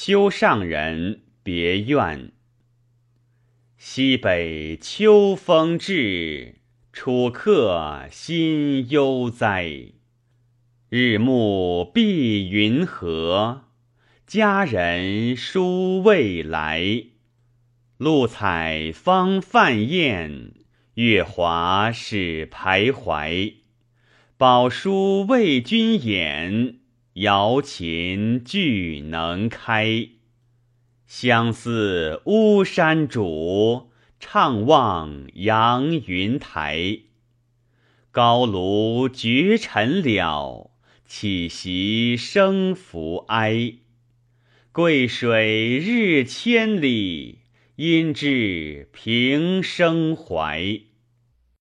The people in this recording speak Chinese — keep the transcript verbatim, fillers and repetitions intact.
丘上人别院。西北秋风至，楚客心忧哉。日暮碧云和，佳人书未来。露采方泛艳，月华始徘徊。宝书为君演，瑶琴俱能开。相思巫山主，怅望阳云台。高炉绝尘了，岂息生浮哀。贵水日千里，因至平生怀。